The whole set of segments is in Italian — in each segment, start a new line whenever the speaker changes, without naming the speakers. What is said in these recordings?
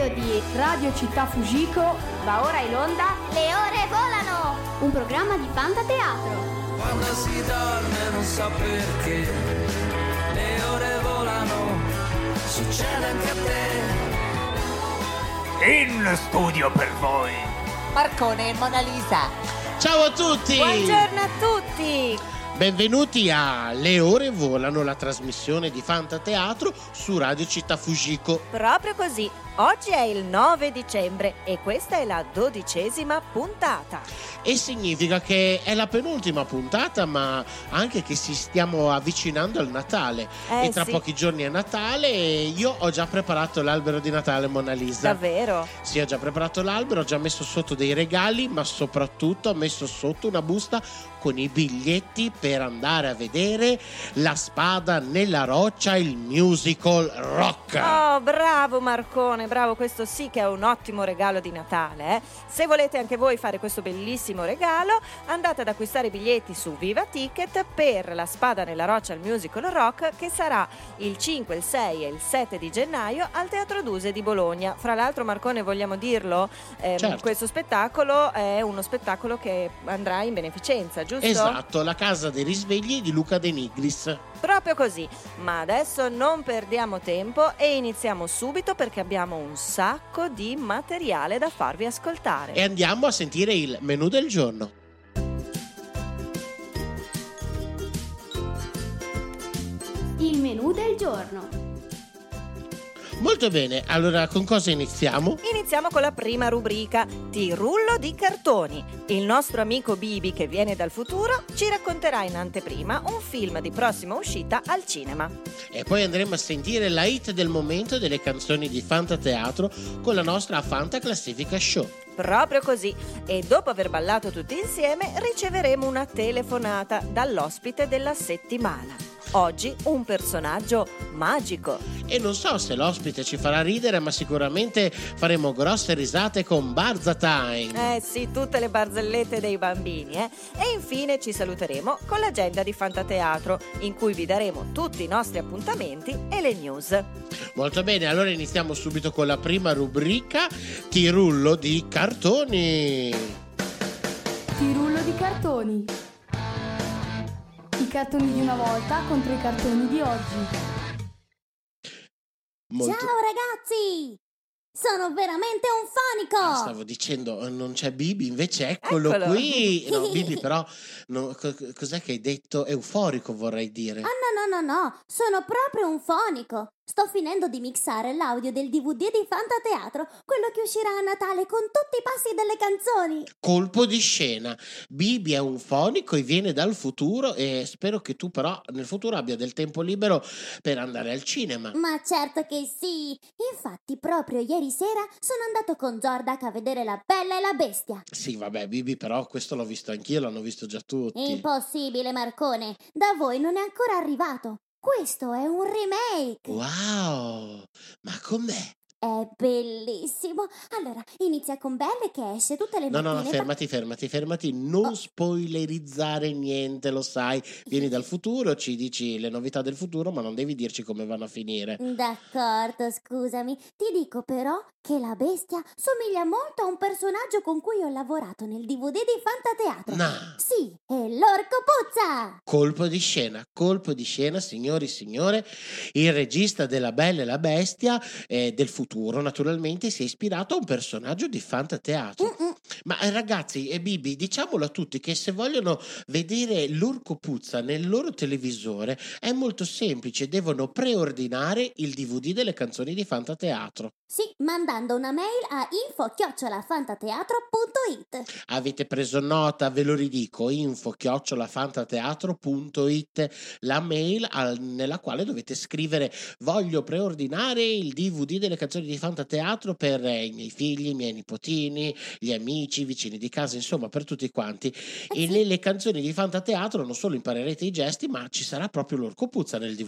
di Radio Città Fujiko va ora in onda
Le ore volano!
un programma di Fantateatro.
Quando si dorme non so perché, le ore volano, succede anche a te.
In studio per voi
Marcone e Mona Lisa.
Ciao a tutti!
Buongiorno a tutti!
Benvenuti a Le ore volano, la trasmissione di Fantateatro su Radio Città Fujiko.
Proprio così, oggi è il 9 dicembre e questa è la 12ª puntata.
E significa che è la penultima puntata, ma anche che ci stiamo avvicinando al Natale. E tra
sì.
pochi giorni è Natale e io ho già preparato l'albero di Natale, Mona Lisa.
Davvero?
Sì, ho già preparato l'albero, ho già messo sotto dei regali, ma soprattutto ho messo sotto una busta con i biglietti per andare a vedere La spada nella roccia, il musical rock.
Oh, bravo Marcone, bravo, questo sì che è un ottimo regalo di Natale. Se volete anche voi fare questo bellissimo regalo, andate ad acquistare i biglietti su Viva Ticket per La spada nella roccia, il musical rock, che sarà il 5, il 6 e il 7 di gennaio al Teatro Duse di Bologna. Fra l'altro, Marcone, vogliamo dirlo,
Certo.
questo spettacolo è uno spettacolo che andrà in beneficenza, giusto?
Esatto, la casa dei risvegli di Luca De Nigris.
Proprio così, ma adesso non perdiamo tempo e iniziamo subito perché abbiamo un sacco di materiale da farvi ascoltare.
E andiamo a sentire il menù del giorno.
Il menù del giorno.
Molto bene, allora con cosa iniziamo?
Iniziamo con la prima rubrica, Ti rullo di cartoni. Il nostro amico Bibi, che viene dal futuro, ci racconterà in anteprima un film di prossima uscita al cinema.
E poi andremo a sentire la hit del momento delle canzoni di Fantateatro con la nostra Fanta Classifica Show.
Proprio così, e dopo aver ballato tutti insieme riceveremo una telefonata dall'ospite della settimana. Oggi un personaggio magico.
E non so se l'ospite ci farà ridere, ma sicuramente faremo grosse risate con Barza Time.
Sì, tutte le barzellette dei bambini, E infine ci saluteremo con l'agenda di Fantateatro, in cui vi daremo tutti i nostri appuntamenti e le news.
Molto bene, allora iniziamo subito con la prima rubrica, Ti rullo di cartoni.
Ti rullo di cartoni. I cartoni di una volta contro i cartoni di oggi.
Ciao ragazzi! Sono veramente un fonico!
Stavo dicendo, non c'è Bibi, invece eccolo
Eccolo.
qui. No, Bibi però, cos'è che hai detto? Euforico vorrei dire.
No, sono proprio un fonico. Sto finendo di mixare l'audio del DVD di Fantateatro, quello che uscirà a Natale con tutti i passi delle canzoni.
Colpo di scena. Bibi è un fonico e viene dal futuro e spero che tu però nel futuro abbia del tempo libero per andare al cinema.
Ma certo che sì! Infatti proprio ieri sera sono andato con Zordak a vedere La Bella e la Bestia.
Sì, vabbè, Bibi, però questo l'ho visto anch'io, l'hanno visto già tutti.
Impossibile, Marcone! Da voi non è ancora arrivato. Questo è un remake!
Wow, ma com'è?
È bellissimo! Allora, inizia con Belle che esce tutte le
No,
mattine.
fermati, non spoilerizzare niente, lo sai. Vieni dal futuro, ci dici le novità del futuro, ma non devi dirci come vanno a finire.
D'accordo, scusami. Ti dico però che la bestia somiglia molto a un personaggio con cui ho lavorato nel DVD di Fantateatro.
No.
Sì, è l'Orco Puzza!
Colpo di scena, signori e signore. Il regista della Bella e la Bestia del futuro naturalmente si è ispirato a un personaggio di Fantateatro. Ma ragazzi e Bibi, diciamolo a tutti che se vogliono vedere l'Orco Puzza nel loro televisore è molto semplice, devono preordinare il DVD delle canzoni di Fantateatro.
Sì, mandando una mail a info@fantateatro.it.
Avete preso nota? Ve lo ridico, info@fantateatro.it, la mail nella quale dovete scrivere: voglio preordinare il DVD delle canzoni di Fantateatro per i miei figli, i miei nipotini, gli amici, i vicini di casa, insomma per tutti quanti. E
sì.
nelle canzoni di Fantateatro non solo imparerete i gesti, ma ci sarà proprio l'Orco Puzza nel DVD.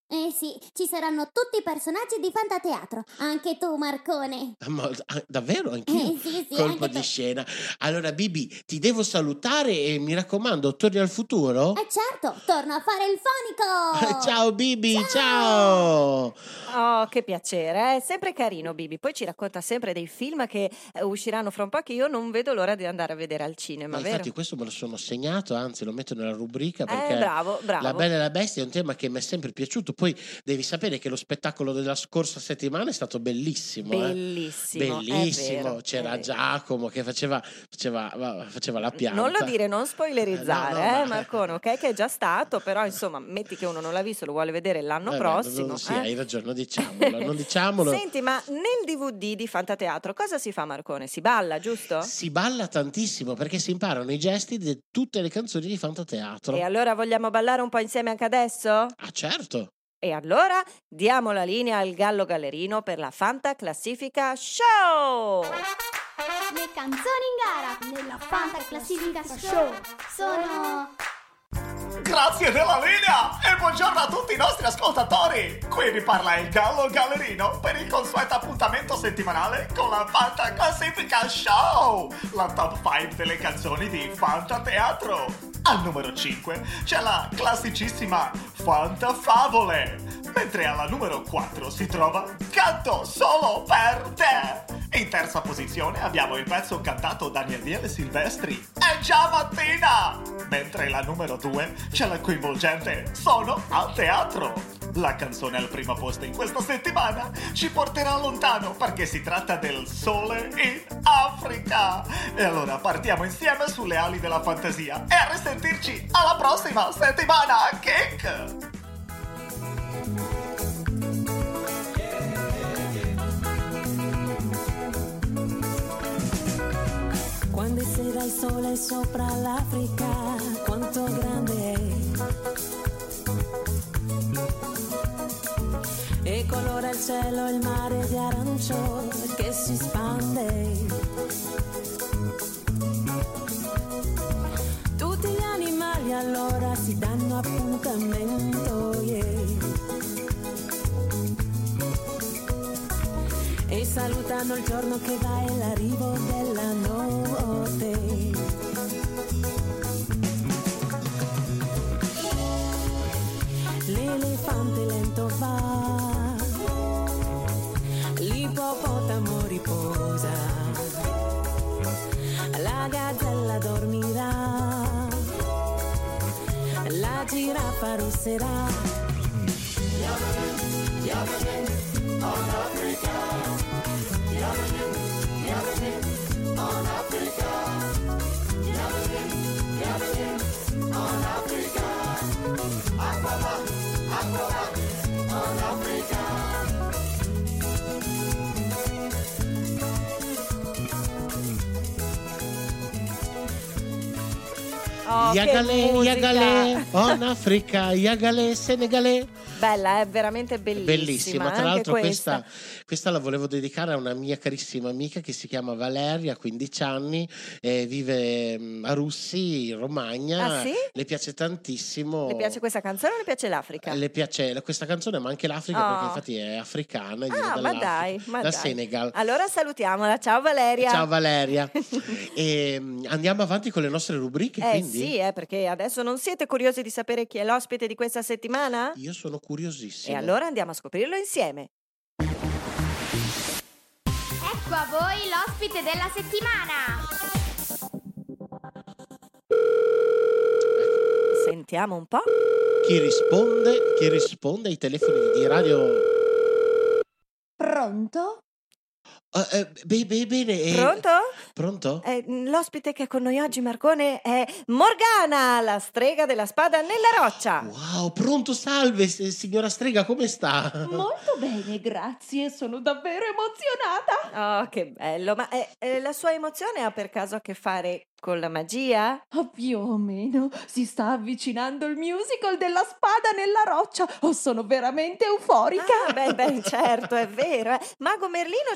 Eh sì, ci saranno tutti i personaggi di Fantateatro, anche tu Marcone.
Ma davvero anch'io?
Sì,
Colpo
anche
di
tu.
scena. Allora Bibi, ti devo salutare e mi raccomando, torni al futuro?
Certo, torno a fare il fonico!
Ciao Bibi, ciao!
Oh, che piacere, è sempre carino Bibi. Poi ci racconta sempre dei film che usciranno fra un po' che io non vedo l'ora di andare a vedere al cinema,
Ma
vero?
infatti questo me lo sono segnato, anzi lo metto nella rubrica perché
Bravo.
La Bella e la Bestia è un tema che mi è sempre piaciuto. Poi devi sapere che lo spettacolo della scorsa settimana è stato bellissimo.
Bellissimo,
Bellissimo.
è vero,
C'era
è vero.
Giacomo che faceva la pianta.
Non lo dire, non spoilerizzare,
No, ma-
Marcone, ok? Che è già stato, però insomma, metti che uno non l'ha visto, lo vuole vedere l'anno
Vabbè,
prossimo.
Sì, hai ragione, non diciamolo.
Senti, ma nel DVD di Fantateatro cosa si fa, Marcone? Si balla, giusto?
Si balla tantissimo perché si imparano i gesti di tutte le canzoni di Fantateatro.
E allora vogliamo ballare un po' insieme anche adesso?
Ah, certo.
E allora diamo la linea al Gallo Gallerino per la Fanta Classifica Show!
Le canzoni in gara nella Fanta Classifica Show sono...
Grazie della linea e buongiorno a tutti i nostri ascoltatori. Qui vi parla il Gallo Gallerino per il consueto appuntamento settimanale con la Fanta Classifica Show, la top 5 delle canzoni di Fantateatro. Al numero 5 c'è la classicissima Fantafavole, mentre alla numero 4 si trova Canto solo per te. In terza posizione abbiamo il pezzo cantato da Daniele Silvestri, È già mattina, mentre la numero 2 c'è la coinvolgente Sono al teatro. La canzone al primo posto in questa settimana ci porterà lontano perché si tratta del sole in Africa. E allora partiamo insieme sulle ali della fantasia e a risentirci alla prossima settimana, Kick!
Quando si dà il sole sopra l'Africa, quanto grande è. E colora il cielo il mare di arancio che si spande. Tutti gli animali allora si danno appuntamento, yeah. E salutano il giorno che va e l'arrivo della notte. L'elefante lento va, l'ippopotamo riposa, la gazzella dormirà, la giraffa russerà.
Oh, che
Yagale,
musica!
Yagale, on Africa, Yagale, Senegale.
Bella, è veramente bellissima.
Bellissima, tra
anche
l'altro questa la volevo dedicare a una mia carissima amica che si chiama Valeria, 15 anni, vive a Russi, in Romagna.
Ah, sì?
Le piace tantissimo.
Le piace questa canzone o le piace l'Africa?
Le piace questa canzone, ma anche l'Africa,
Oh.
perché infatti è africana e viene
Ah, ma
dall'Africa,
dai, ma
da
dai.
Senegal.
Allora salutiamola, ciao Valeria.
Ciao Valeria. E andiamo avanti con le nostre rubriche, quindi?
Sì, perché adesso non siete curiosi di sapere chi è l'ospite di questa settimana?
Io sono curiosissimo.
E allora andiamo a scoprirlo insieme.
Ecco a voi l'ospite della settimana.
Sentiamo un po'.
Chi risponde ai telefoni di radio?
Pronto?
Bene.
Pronto?
Pronto?
L'ospite che è con noi oggi, Marcone, è Morgana, la strega della spada nella roccia.
Wow, pronto, salve, signora strega, come sta?
Molto bene, grazie, sono davvero emozionata.
Oh, che bello. Ma la sua emozione ha per caso a che fare con la magia?
Più o meno, si sta avvicinando il musical della spada nella roccia. Sono veramente euforica.
Ah, beh, certo, è vero. Mago Merlino ce ne aveva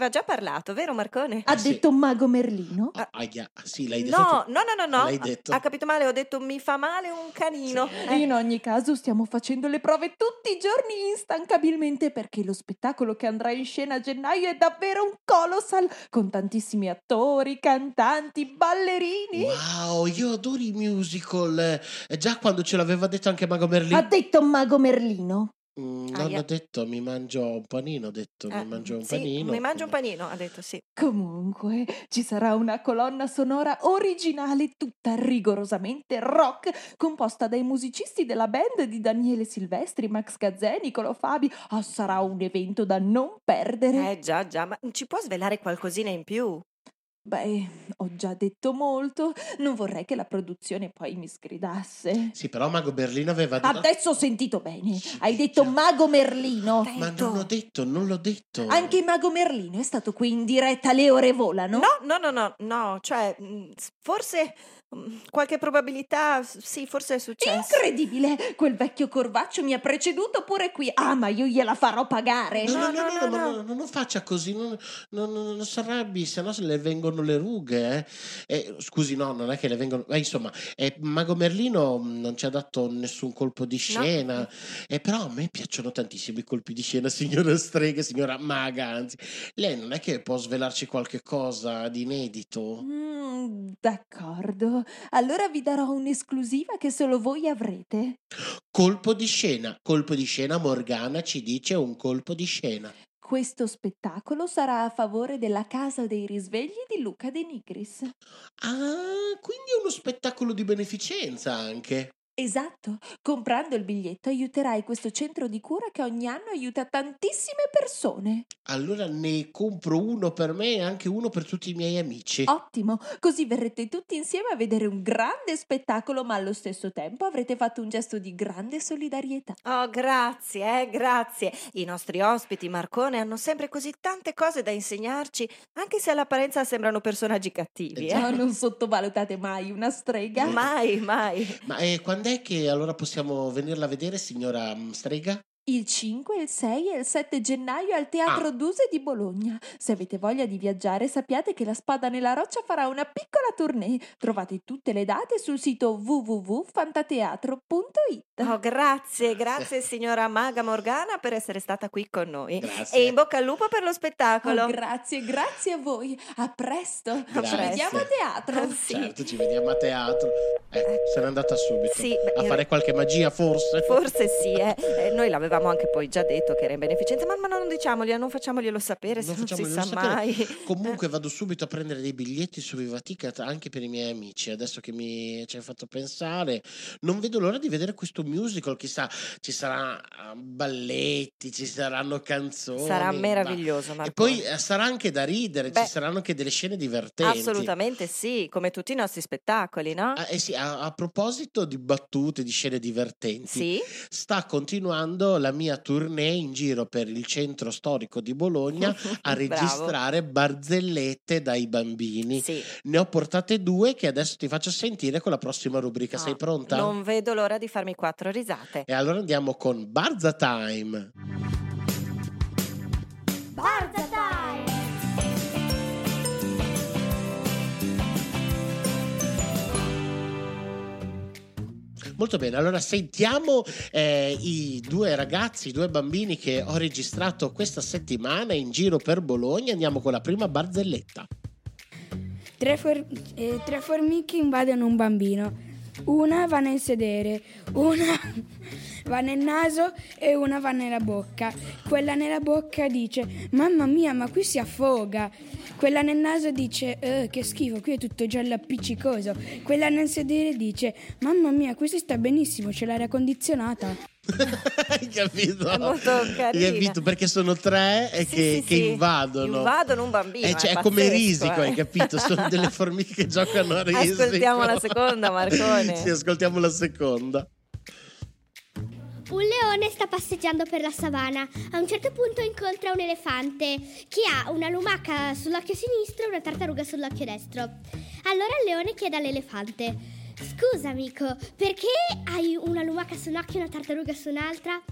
aveva già parlato, vero Marcone?
Ha detto Mago Merlino?
Sì, l'hai detto.
No.
L'hai detto.
Ha capito male, ho detto mi fa male un canino.
In ogni caso stiamo facendo le prove tutti i giorni instancabilmente perché lo spettacolo che andrà in scena a gennaio è davvero un colossal con tantissimi attori, cantanti, ballerini.
Wow, io adoro i musical. Già quando ce l'aveva detto anche Mago Merlino.
Ha detto Mago Merlino?
Non ho detto mi mangio un panino, ho detto mi mangio un panino.
Mi mangio un panino, ha detto sì.
Comunque, ci sarà una colonna sonora originale tutta rigorosamente rock, composta dai musicisti della band di Daniele Silvestri, Max Gazzè, Niccolò Fabi. Sarà un evento da non perdere.
Già, ma ci può svelare qualcosina in più?
Beh, ho già detto molto, non vorrei che la produzione poi mi sgridasse.
Sì, però Mago Merlino aveva detto.
Adesso ho sentito bene, hai detto Mago Merlino.
Ma non l'ho detto.
Anche Mago Merlino è stato qui in diretta, le ore volano?
No, cioè, forse qualche probabilità, sì, forse è successo.
Incredibile, quel vecchio corvaccio mi ha preceduto pure qui. Ma io gliela farò pagare.
No, non faccia così, non si arrabbi, sennò se le vengono le rughe. Scusi, no, non è che le vengono. Insomma, Mago Merlino non ci ha dato nessun colpo di scena.
No.
Però a me piacciono tantissimo i colpi di scena, signora Strega, signora Maga, anzi. Lei non è che può svelarci qualche cosa di inedito?
D'accordo, allora vi darò un'esclusiva che solo voi avrete.
Colpo di scena, Morgana ci dice un colpo di scena.
Questo spettacolo sarà a favore della Casa dei Risvegli di Luca De Nigris.
Quindi è uno spettacolo di beneficenza anche.
Esatto, comprando il biglietto aiuterai questo centro di cura che ogni anno aiuta tantissime persone.
Allora ne compro uno per me e anche uno per tutti i miei amici.
Ottimo, così verrete tutti insieme a vedere un grande spettacolo, ma allo stesso tempo avrete fatto un gesto di grande solidarietà.
Oh, grazie, grazie. I nostri ospiti, Marcone, hanno sempre così tante cose da insegnarci, anche se all'apparenza sembrano personaggi cattivi.
Non sottovalutate mai una strega.
Mai.
Ma quando è che allora possiamo venirla a vedere, signora Strega?
Il 5, il 6 e il 7 gennaio al Teatro Duse di Bologna. Se avete voglia di viaggiare, sappiate che la Spada nella Roccia farà una piccola tournée. Trovate tutte le date sul sito www.fantateatro.it.
Oh, grazie signora Maga Morgana per essere stata qui con noi.
Grazie.
E in bocca al lupo per lo spettacolo.
Grazie a voi. A presto.
Grazie.
Ci vediamo a teatro.
Sì.
Certo, ci vediamo a teatro. Se n'è andata subito.
Sì,
a fare qualche magia, forse?
Forse sì, Noi l'avevamo anche poi già detto che era in beneficenza, ma non diciamoglielo, non facciamoglielo sapere, se non si sa mai.
Comunque vado subito a prendere dei biglietti su Viva Ticket anche per i miei amici. Adesso che mi ci hai fatto pensare, non vedo l'ora di vedere questo musical. Chissà, ci saranno balletti, ci saranno canzoni.
Sarà meraviglioso, Marco.
E poi sarà anche da ridere, ci saranno anche delle scene divertenti.
Assolutamente sì, come tutti i nostri spettacoli, no?
Sì, a proposito di battute, di scene divertenti,
Sì?
sta continuando la mia tournée in giro per il centro storico di Bologna a registrare barzellette dai bambini.
Sì.
Ne ho portate 2 che adesso ti faccio sentire con la prossima rubrica. Sei pronta?
Non vedo l'ora di farmi 4 risate.
E allora andiamo con Barza Time.
Barza Time!
Molto bene, allora sentiamo i 2 ragazzi, i 2 bambini che ho registrato questa settimana in giro per Bologna. Andiamo con la prima barzelletta.
3 formiche invadono un bambino. Una va nel sedere, una va nel naso e una va nella bocca. Quella nella bocca dice: mamma mia, ma qui si affoga. Quella nel naso dice: che schifo, qui è tutto giallo appiccicoso. Quella nel sedere dice: mamma mia, qui si sta benissimo, c'è l'aria condizionata.
Hai capito?
È molto carina.
Hai capito? Perché sono 3 che invadono
un bambino.
È come Risico, hai capito? Sono delle formiche che giocano a Risico.
Ascoltiamo la seconda, Marcone.
Sì, ascoltiamo la seconda.
Un leone sta passeggiando per la savana. A un certo punto incontra un elefante che ha una lumaca sull'occhio sinistro e una tartaruga sull'occhio destro. Allora il leone chiede all'elefante: scusa amico, perché hai una lumaca su un occhio e una tartaruga su un'altra?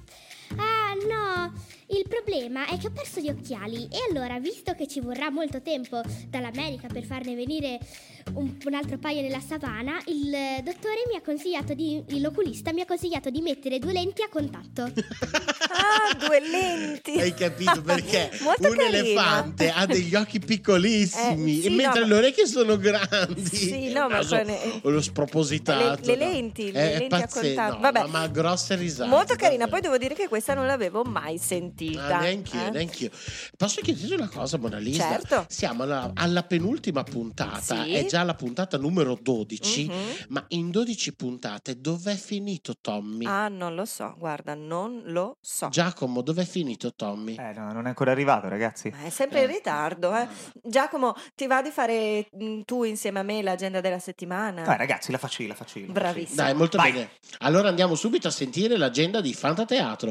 Ah, no, il problema è che ho perso gli occhiali e allora, visto che ci vorrà molto tempo dall'America per farne venire un altro paio nella savana, il dottore mi ha consigliato l'oculista mi ha consigliato di mettere 2 lenti a contatto.
Ah, 2 lenti.
Hai capito perché?
Molto
Un
carina.
elefante ha degli occhi piccolissimi,
sì,
mentre
no,
le orecchie sono grandi.
Sì, no, ma
o lo spropositato.
le lenti a contatto.
No,
Vabbè.
ma grosse risate.
Molto carina,
davvero.
poi devo dire che questa non l'avevo mai sentita.
Neanch'io. Posso chiederti una cosa, Mona Lisa?
Certo.
Siamo alla penultima puntata,
Sì.
è già la puntata numero 12,
Mhm.
ma in 12 puntate dov'è finito Tommy?
Ah, non lo so, guarda, non lo so.
Giacomo, dov'è finito Tommy?
No, non è ancora arrivato, ragazzi.
Ma è sempre in ritardo, eh. Giacomo, ti va di fare tu insieme a me l'agenda della settimana?
Ragazzi, la faccio io.
Bravissimo.
Dai, molto
Vai.
bene. Allora andiamo subito a sentire l'agenda di Fantateatro.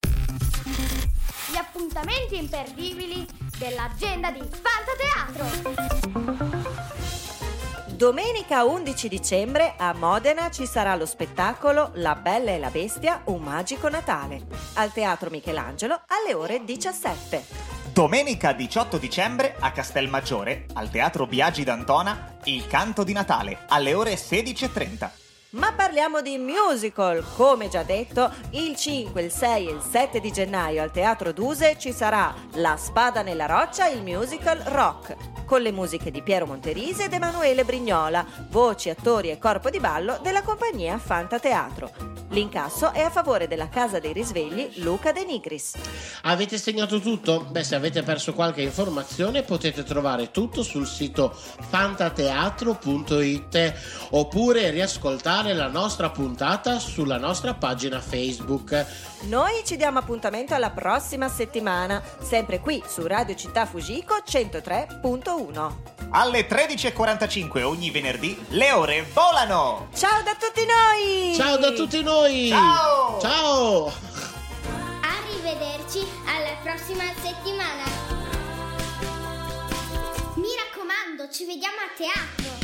Gli appuntamenti imperdibili dell'agenda di Fantateatro.
Domenica 11 dicembre a Modena ci sarà lo spettacolo La Bella e la Bestia, un magico Natale, al Teatro Michelangelo alle ore 17.
Domenica 18 dicembre a Castelmaggiore, al Teatro Biagi d'Antona, Il Canto di Natale, alle ore 16:30.
Ma parliamo di musical, come già detto, il 5, il 6 e il 7 di gennaio al Teatro Duse ci sarà La Spada nella Roccia, il musical rock, con le musiche di Piero Monterisi ed Emanuele Brignola, voci, attori e corpo di ballo della compagnia Fantateatro. L'incasso è a favore della Casa dei Risvegli Luca De Nigris.
Avete segnato tutto? Beh, se avete perso qualche informazione potete trovare tutto sul sito fantateatro.it oppure riascoltare la nostra puntata sulla nostra pagina Facebook.
Noi ci diamo appuntamento alla prossima settimana, sempre qui su Radio Città Fujiko 103.1.
Alle 13:45 ogni venerdì le ore volano!
Ciao da tutti noi!
Ciao da tutti noi!
Ciao!
Ciao!
Arrivederci alla prossima settimana. Mi raccomando, ci vediamo a teatro.